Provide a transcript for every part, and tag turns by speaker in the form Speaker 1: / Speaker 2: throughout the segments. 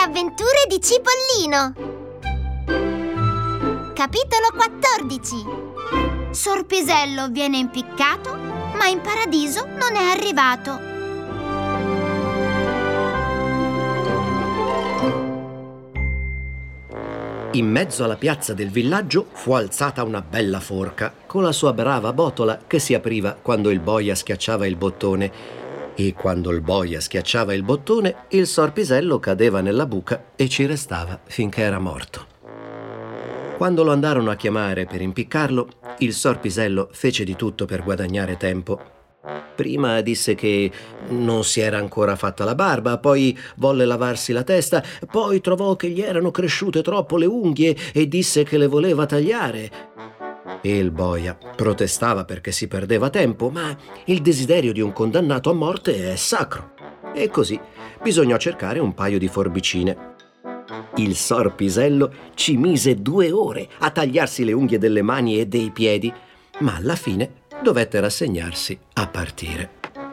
Speaker 1: avventure di Cipollino. Capitolo 14. Sorpisello viene impiccato, ma in paradiso non è arrivato.
Speaker 2: In mezzo alla piazza del villaggio fu alzata una bella forca con la sua brava botola che si apriva quando il boia schiacciava il bottone. E quando il boia schiacciava il bottone, il sorpisello cadeva nella buca e ci restava finché era morto. Quando lo andarono a chiamare per impiccarlo, il sorpisello fece di tutto per guadagnare tempo. Prima disse che non si era ancora fatta la barba, poi volle lavarsi la testa, poi trovò che gli erano cresciute troppo le unghie e disse che le voleva tagliare. E il boia protestava perché si perdeva tempo, ma il desiderio di un condannato a morte è sacro. E così bisognò cercare un paio di forbicine. Il sorpisello ci mise 2 ore a tagliarsi le unghie delle mani e dei piedi, ma alla fine dovette rassegnarsi a partire.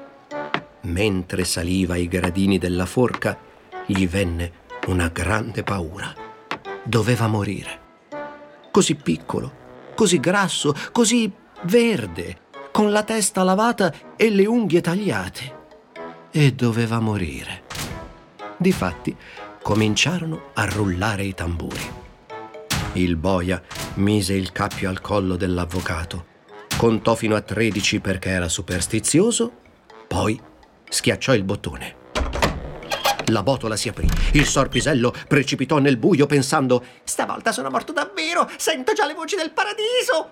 Speaker 2: Mentre saliva i gradini della forca, gli venne una grande paura. Doveva morire. Così piccolo, così grasso, così verde, con la testa lavata e le unghie tagliate. E doveva morire. Difatti, cominciarono a rullare i tamburi. Il boia mise il cappio al collo dell'avvocato, contò fino a 13 perché era superstizioso, poi schiacciò il bottone. La botola si aprì, il sorpisello precipitò nel buio pensando: «Stavolta sono morto davvero, sento già le voci del paradiso!»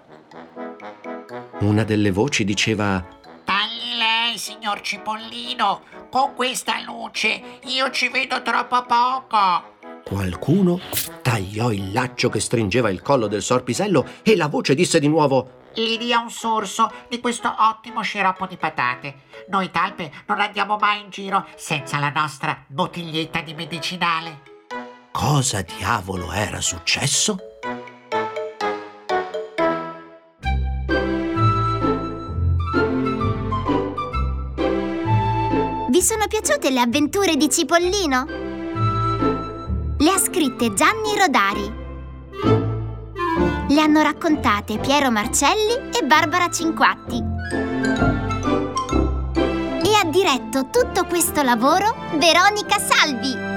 Speaker 2: Una delle voci diceva:
Speaker 3: «Tagli lei, signor Cipollino, con questa luce io ci vedo troppo poco!»
Speaker 2: Qualcuno tagliò il laccio che stringeva il collo del sorpisello e la voce disse di nuovo:
Speaker 3: «Gli dia un sorso di questo ottimo sciroppo di patate. Noi talpe non andiamo mai in giro senza la nostra bottiglietta di medicinale.»
Speaker 2: Cosa diavolo era successo?
Speaker 1: Vi sono piaciute le avventure di Cipollino? Le ha scritte Gianni Rodari. Le hanno raccontate Piero Marcelli e Barbara Cinquatti. E ha diretto tutto questo lavoro Veronica Salvi.